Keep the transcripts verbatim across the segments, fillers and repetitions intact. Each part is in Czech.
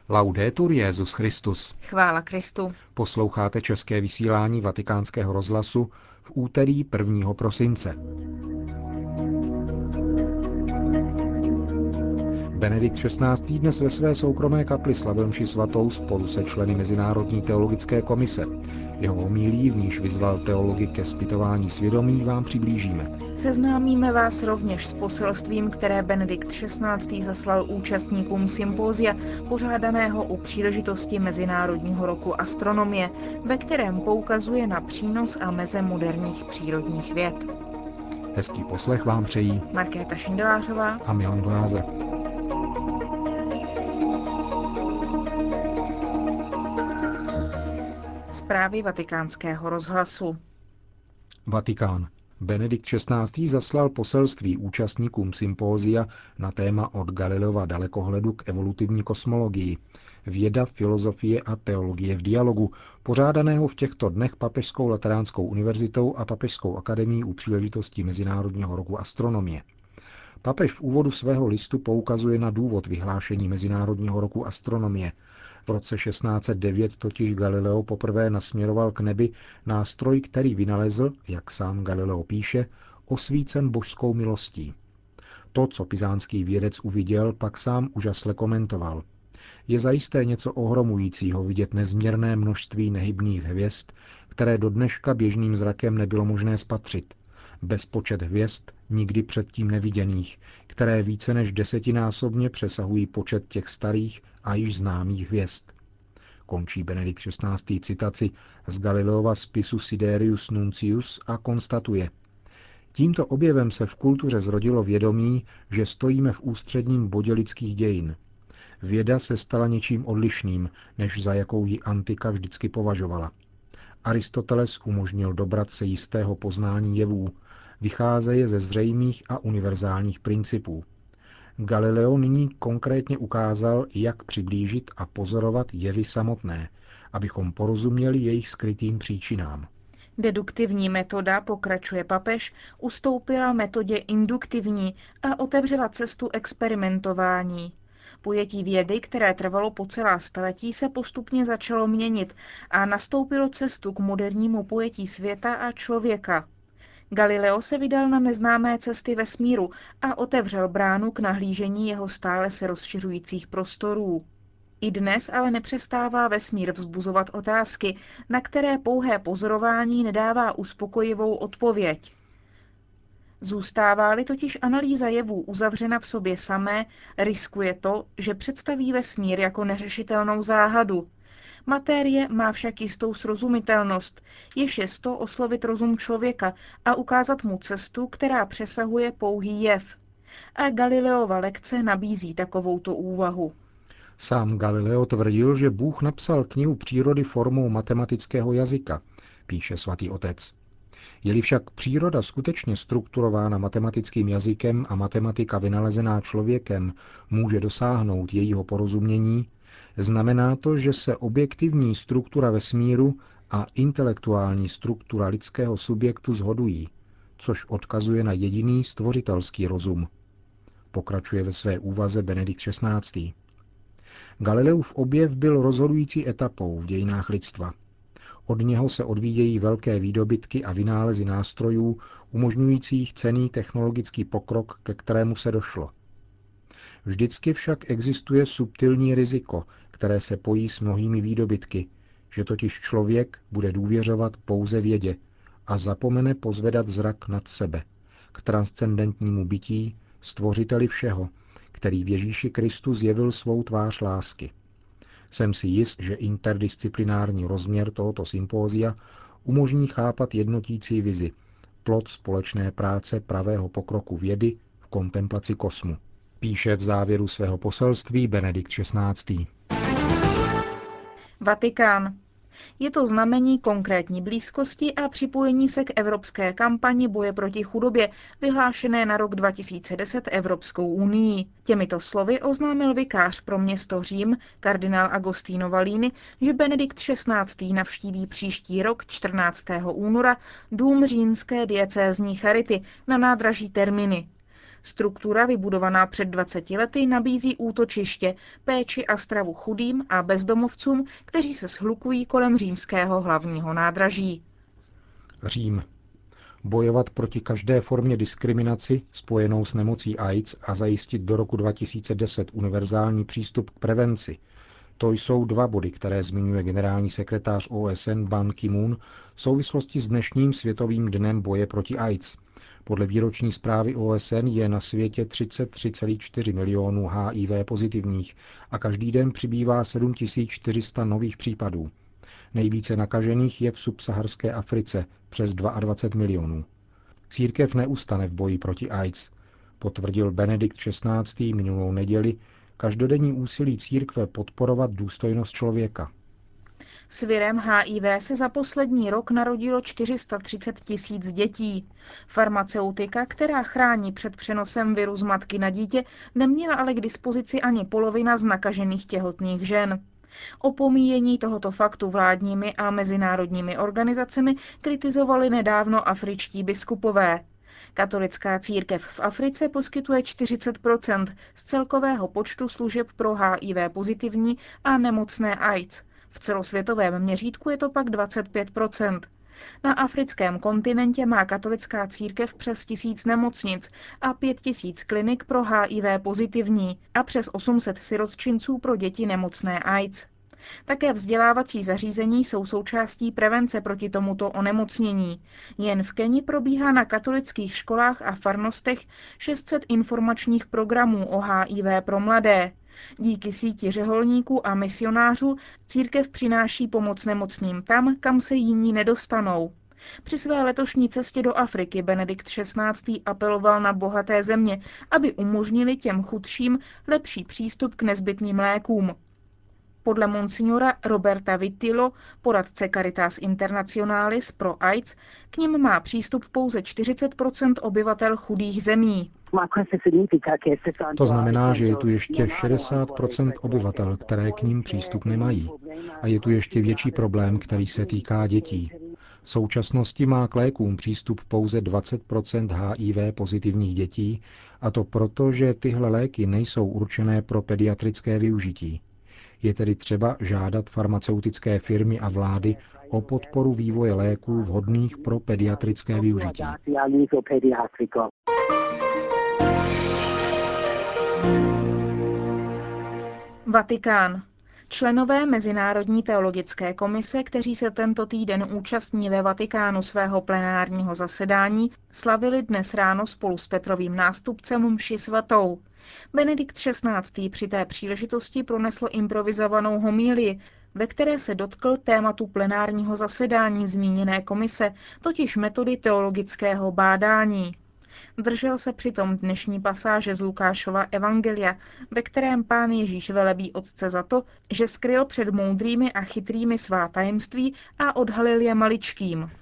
Laudetur Jesus Christus. Chvála Kristu. Posloucháte české vysílání Vatikánského rozhlasu v úterý prvního prosince. Benedikt šestnáctý. dnes ve své soukromé kapli slavil mši svatou spolu se členy Mezinárodní teologické komise. Jeho homilí, v níž vyzval teology ke zpytování svědomí, vám přiblížíme. Seznámíme vás rovněž s poselstvím, které Benedikt šestnáctý. Zaslal účastníkům sympózia, pořádaného u příležitosti Mezinárodního roku astronomie, ve kterém poukazuje na přínos a meze moderních přírodních věd. Hezký poslech vám přejí Markéta Šindelářová a Milan Glázer. Zprávy Vatikánského rozhlasu. Vatikán. Benedikt šestnáctý. zaslal poselství účastníkům sympózia na téma Od Galileova dalekohledu k evolutivní kosmologii. Věda, filozofie a teologie v dialogu, pořádaného v těchto dnech Papežskou lateránskou univerzitou a Papežskou akademií u příležitosti Mezinárodního roku astronomie. Papež v úvodu svého listu poukazuje na důvod vyhlášení Mezinárodního roku astronomie. V roce šestnáct set devět totiž Galileo poprvé nasměroval k nebi nástroj, který vynalezl, jak sám Galileo píše, osvícen božskou milostí. To, co pizánský vědec uviděl, pak sám úžasle komentoval. Je zajisté něco ohromujícího vidět nezměrné množství nehybných hvězd, které do dneška běžným zrakem nebylo možné spatřit. Bezpočet hvězd nikdy předtím neviděných, které více než desetinásobně přesahují počet těch starých a již známých hvězd. Končí Benedikt šestnáctý. citaci z Galileova spisu Siderius Nuncius a konstatuje: Tímto objevem se v kultuře zrodilo vědomí, že stojíme v ústředním bodě lidských dějin. Věda se stala něčím odlišným, než za jakou ji antika vždycky považovala. Aristoteles umožnil dobrat se jistého poznání jevů, vycházeje ze zřejmých a univerzálních principů. Galileo nyní konkrétně ukázal, jak přiblížit a pozorovat jevy samotné, abychom porozuměli jejich skrytým příčinám. Deduktivní metoda, pokračuje papež, ustoupila metodě induktivní a otevřela cestu experimentování. Pojetí vědy, které trvalo po celá staletí, se postupně začalo měnit a nastoupilo cestu k modernímu pojetí světa a člověka. Galileo se vydal na neznámé cesty vesmíru a otevřel bránu k nahlížení jeho stále se rozšiřujících prostorů. I dnes ale nepřestává vesmír vzbuzovat otázky, na které pouhé pozorování nedává uspokojivou odpověď. Zůstává-li totiž analýza jevů uzavřena v sobě samé, riskuje to, že představí vesmír jako neřešitelnou záhadu. Matérie má však jistou srozumitelnost, jež je sto oslovit rozum člověka a ukázat mu cestu, která přesahuje pouhý jev. A Galileova lekce nabízí takovouto úvahu. Sám Galileo tvrdil, že Bůh napsal knihu přírody formou matematického jazyka, píše svatý otec. Je-li však příroda skutečně strukturována matematickým jazykem a matematika vynalezená člověkem může dosáhnout jejího porozumění, znamená to, že se objektivní struktura vesmíru a intelektuální struktura lidského subjektu shodují, což odkazuje na jediný stvořitelský rozum. Pokračuje ve své úvaze Benedikt šestnáctý. Galileův objev byl rozhodující etapou v dějinách lidstva. Od něho se odvíjejí velké výdobytky a vynálezy nástrojů, umožňujících cenný technologický pokrok, ke kterému se došlo. Vždycky však existuje subtilní riziko, které se pojí s mnohými výdobytky, že totiž člověk bude důvěřovat pouze vědě a zapomene pozvedat zrak nad sebe, k transcendentnímu bytí, stvořiteli všeho, který v Ježíši Kristu zjevil svou tvář lásky. Jsem si jist, že interdisciplinární rozměr tohoto sympózia umožní chápat jednotící vizi, plod společné práce pravého pokroku vědy v kontemplaci kosmu. Píše v závěru svého poselství Benedikt šestnáctý. Vatikán. Je to znamení konkrétní blízkosti a připojení se k evropské kampani boje proti chudobě, vyhlášené na rok dva tisíce deset Evropskou unii. Těmito slovy oznámil vikář pro město Řím, kardinál Agostino Valini, že Benedikt šestnáctý. navštíví příští rok čtrnáctého února dům římské diecézní charity na nádraží Termini. Struktura vybudovaná před dvaceti lety nabízí útočiště, péči a stravu chudým a bezdomovcům, kteří se shlukují kolem římského hlavního nádraží. Řím. Bojovat proti každé formě diskriminaci spojenou s nemocí AIDS a zajistit do roku dva tisíce deset univerzální přístup k prevenci. To jsou dva body, které zmiňuje generální sekretář O S N Ban Ki-moon v souvislosti s dnešním světovým dnem boje proti AIDS. Podle výroční zprávy O S N je na světě třicet tři celá čtyři milionů H I V pozitivních a každý den přibývá sedm tisíc čtyři sta nových případů. Nejvíce nakažených je v subsaharské Africe přes dvacet dva milionů. Církev neustane v boji proti AIDS, potvrdil Benedikt šestnáctý minulou neděli každodenní úsilí církve podporovat důstojnost člověka. S virem H I V se za poslední rok narodilo čtyři sta třicet tisíc dětí. Farmaceutika, která chrání před přenosem viru z matky na dítě, neměla ale k dispozici ani polovina z nakažených těhotných žen. Opomíjení tohoto faktu vládními a mezinárodními organizacemi kritizovali nedávno afričtí biskupové. Katolická církev v Africe poskytuje čtyřicet procent z celkového počtu služeb pro H I V pozitivní a nemocné AIDS. V celosvětovém měřítku je to pak dvacet pět procent. Na africkém kontinentě má katolická církev přes tisíc nemocnic a pět tisíc klinik pro H I V pozitivní a přes osm set sirotčinců pro děti nemocné AIDS. Také vzdělávací zařízení jsou součástí prevence proti tomuto onemocnění. Jen v Keni probíhá na katolických školách a farnostech šest set informačních programů o H I V pro mladé. Díky síti řeholníků a misionářů církev přináší pomoc nemocným tam, kam se jiní nedostanou. Při své letošní cestě do Afriky Benedikt šestnáctý apeloval na bohaté země, aby umožnili těm chudším lepší přístup k nezbytným lékům. Podle monsignora Roberta Vittilo, poradce Caritas Internationalis pro AIDS, k nim má přístup pouze čtyřicet procent obyvatel chudých zemí. To znamená, že je tu ještě šedesát procent obyvatel, které k ním přístup nemají. A je tu ještě větší problém, který se týká dětí. V současnosti má k lékům přístup pouze dvacet procent H I V pozitivních dětí, a to proto, že tyhle léky nejsou určené pro pediatrické využití. Je tedy třeba žádat farmaceutické firmy a vlády o podporu vývoje léků vhodných pro pediatrické využití. Vatikán. Členové Mezinárodní teologické komise, kteří se tento týden účastní ve Vatikánu svého plenárního zasedání, slavili dnes ráno spolu s Petrovým nástupcem mši svatou. Benedikt šestnáctý při té příležitosti pronesl improvizovanou homílii, ve které se dotkl tématu plenárního zasedání zmíněné komise, totiž metody teologického bádání. Držel se přitom dnešní pasáže z Lukášova evangelia, ve kterém Pán Ježíš velebí Otce za to, že skryl před moudrými a chytrými svá tajemství a odhalil je maličkým.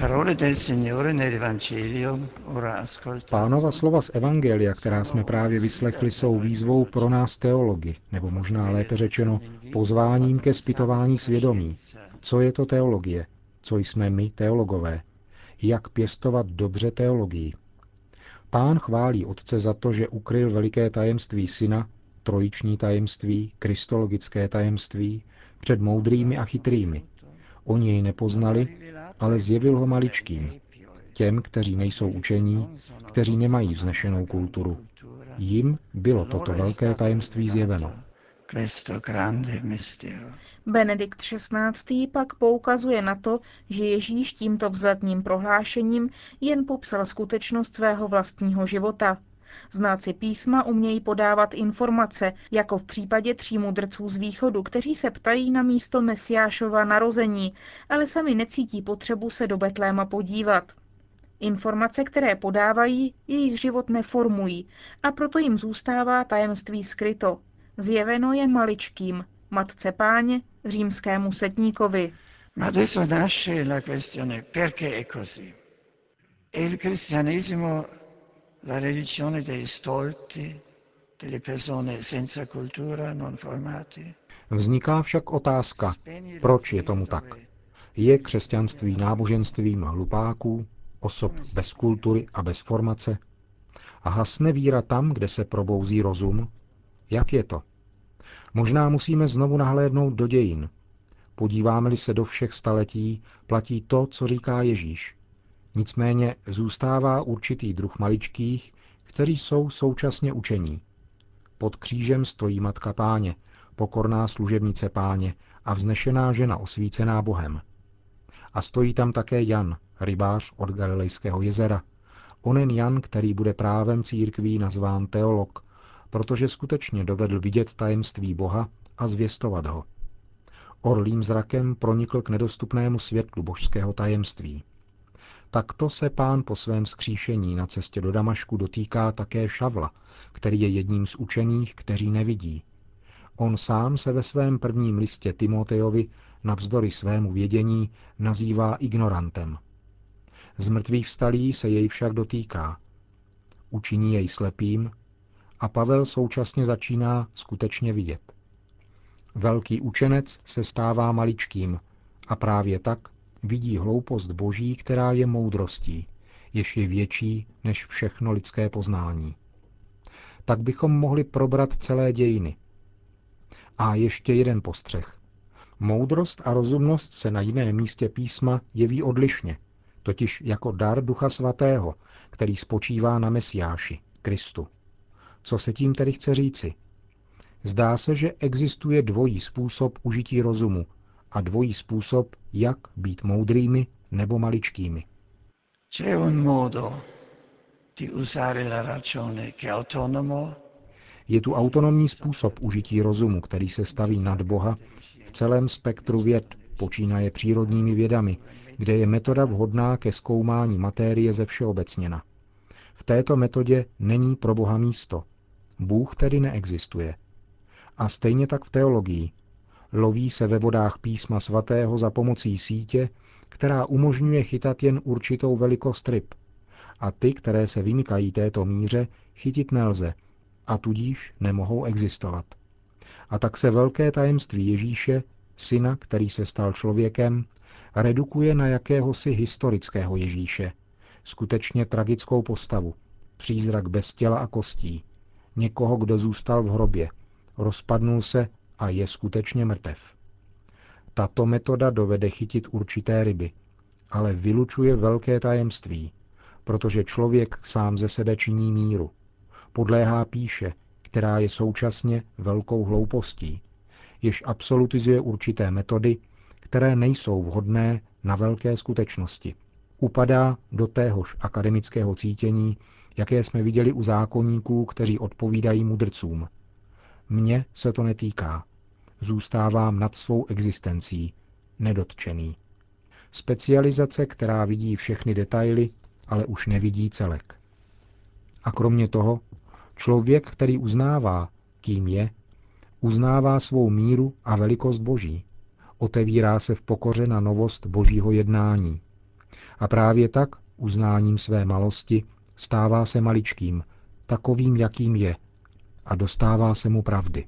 Pánova slova z evangelia, která jsme právě vyslechli, jsou výzvou pro nás teology, nebo možná lépe řečeno pozváním ke zpytování svědomí. Co je to teologie? Co jsme my teologové? Jak pěstovat dobře teologii? Pán chválí Otce za to, že ukryl veliké tajemství Syna, trojiční tajemství, kristologické tajemství, před moudrými a chytrými. Oni jej nepoznali, ale zjevil ho maličkým. Těm, kteří nejsou učení, kteří nemají vznešenou kulturu. Jim bylo toto velké tajemství zjeveno. Benedikt šestnáctý pak poukazuje na to, že Ježíš tímto vzletným prohlášením jen popsal skutečnost svého vlastního života. Znáci písma umějí podávat informace, jako v případě tří mudrců z východu, kteří se ptají na místo Mesiášova narození, ale sami necítí potřebu se do Betléma podívat. Informace, které podávají, jejich život neformují a proto jim zůstává tajemství skryto. Zjeveno je maličkým, Matce Páně, římskému setníkovi. Ma adesso nasce la questione perché è così. È il cristianesimo la religione dei stolti, delle persone senza cultura, non formati? Vzniká však otázka, proč je tomu tak. Je křesťanství náboženstvím hlupáků, osob bez kultury a bez formace? A hasne víra tam, kde se probouzí rozum? Jak je to? Možná musíme znovu nahlédnout do dějin. Podíváme-li se do všech staletí, platí to, co říká Ježíš. Nicméně zůstává určitý druh maličkých, kteří jsou současně učení. Pod křížem stojí Matka Páně, pokorná služebnice Páně a vznešená žena osvícená Bohem. A stojí tam také Jan, rybář od Galilejského jezera. Onen Jan, který bude právem církví nazván teolog, protože skutečně dovedl vidět tajemství Boha a zvěstovat ho. Orlým zrakem pronikl k nedostupnému světlu božského tajemství. Takto se Pán po svém vzkříšení na cestě do Damašku dotýká také Šavla, který je jedním z učených, kteří nevidí. On sám se ve svém prvním listě Timotejovi navzdory svému vědění nazývá ignorantem. Zmrtvých vstalý se jej však dotýká. Učiní jej slepým a Pavel současně začíná skutečně vidět. Velký učenec se stává maličkým a právě tak vidí hloupost Boží, která je moudrostí, jež je větší než všechno lidské poznání. Tak bychom mohli probrat celé dějiny. A ještě jeden postřeh. Moudrost a rozumnost se na jiném místě písma jeví odlišně, totiž jako dar Ducha Svatého, který spočívá na Mesiáši, Kristu. Co se tím tedy chce říci? Zdá se, že existuje dvojí způsob užití rozumu a dvojí způsob, jak být moudrými nebo maličkými. C'è un modo di usare la ragione che è autonomo. Je tu autonomní způsob užití rozumu, který se staví nad Boha v celém spektru věd, počínaje přírodními vědami, kde je metoda vhodná ke zkoumání matérie zevšeobecněna. V této metodě není pro Boha místo. Bůh tedy neexistuje. A stejně tak v teologii. Loví se ve vodách písma svatého za pomocí sítě, která umožňuje chytat jen určitou velikost ryb. A ty, které se vymykají této míře, chytit nelze a tudíž nemohou existovat. A tak se velké tajemství Ježíše, syna, který se stal člověkem, redukuje na jakéhosi historického Ježíše, skutečně tragickou postavu, přízrak bez těla a kostí, někoho, kdo zůstal v hrobě, rozpadnul se a je skutečně mrtev. Tato metoda dovede chytit určité ryby, ale vylučuje velké tajemství, protože člověk sám ze sebe činí míru. Podléhá píše, která je současně velkou hloupostí, jež absolutizuje určité metody, které nejsou vhodné na velké skutečnosti. Upadá do téhož akademického cítění, jaké jsme viděli u zákonníků, kteří odpovídají mudrcům. Mně se to netýká. Zůstávám nad svou existencí, nedotčený. Specializace, která vidí všechny detaily, ale už nevidí celek. A kromě toho, člověk, který uznává, kým je, uznává svou míru a velikost Boží. Otevírá se v pokoře na novost Božího jednání. A právě tak, uznáním své malosti, stává se maličkým, takovým, jakým je, a dostává se mu pravdy.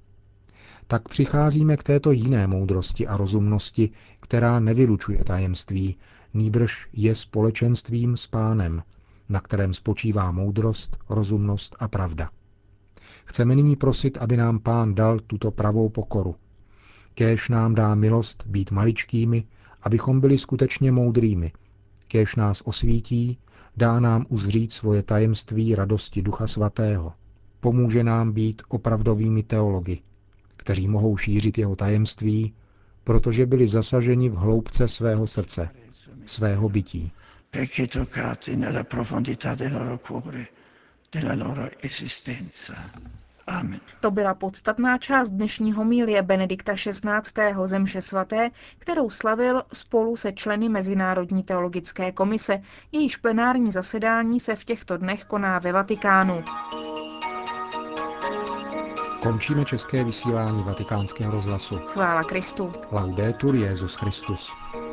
Tak přicházíme k této jiné moudrosti a rozumnosti, která nevylučuje tajemství, nýbrž je společenstvím s Pánem, na kterém spočívá moudrost, rozumnost a pravda. Chceme nyní prosit, aby nám Pán dal tuto pravou pokoru. Kéž nám dá milost být maličkými, abychom byli skutečně moudrými. Kéž nás osvítí, dá nám uzřít svoje tajemství radosti Ducha Svatého. Pomůže nám být opravdovými teology, kteří mohou šířit jeho tajemství, protože byli zasaženi v hloubce svého srdce, svého bytí. Perché toccati nella profondità del loro cuore, della loro esistenza. Amen. To byla podstatná část dnešní homilie Benedikta šestnáctého ze mše svaté, kterou slavil spolu se členy Mezinárodní teologické komise, jejíž plenární zasedání se v těchto dnech koná ve Vatikánu. Končíme české vysílání Vatikánského rozhlasu. Chvála Kristu. Laudetur Jesus Christus.